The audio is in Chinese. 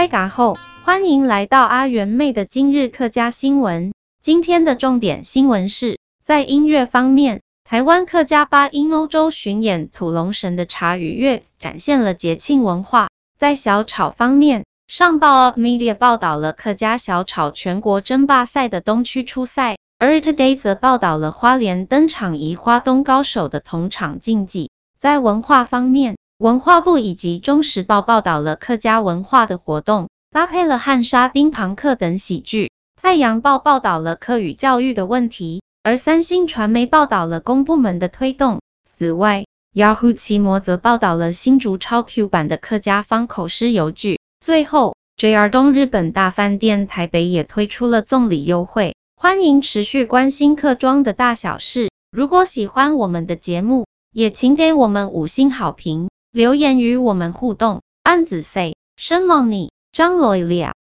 开嘎后，欢迎来到阿元妹的今日客家新闻。今天的重点新闻是，在音乐方面，台湾客家8因欧洲巡演土龙神的茶与乐展现了节庆文化。在小炒方面，上报 Media 报道了客家小炒全国争霸赛的东区初赛，而 Today 则报道了花莲登场宜花东高手的同场竞技。在文化方面，文化部以及中时报报道了客家文化的活动，搭配了汉沙丁庞克等喜剧。太阳报报道了客语教育的问题，而三星传媒报道了公部门的推动。此外，Yahoo 奇摩则报道了新竹超 Q 版的客家方口诗游剧。最后 ，JR 东日本大饭店台北也推出了送礼优惠，欢迎持续关心客庄的大小事。如果喜欢我们的节目，也请给我们5星好评，留言与我们互动。安子 say， 生梦你，张罗了。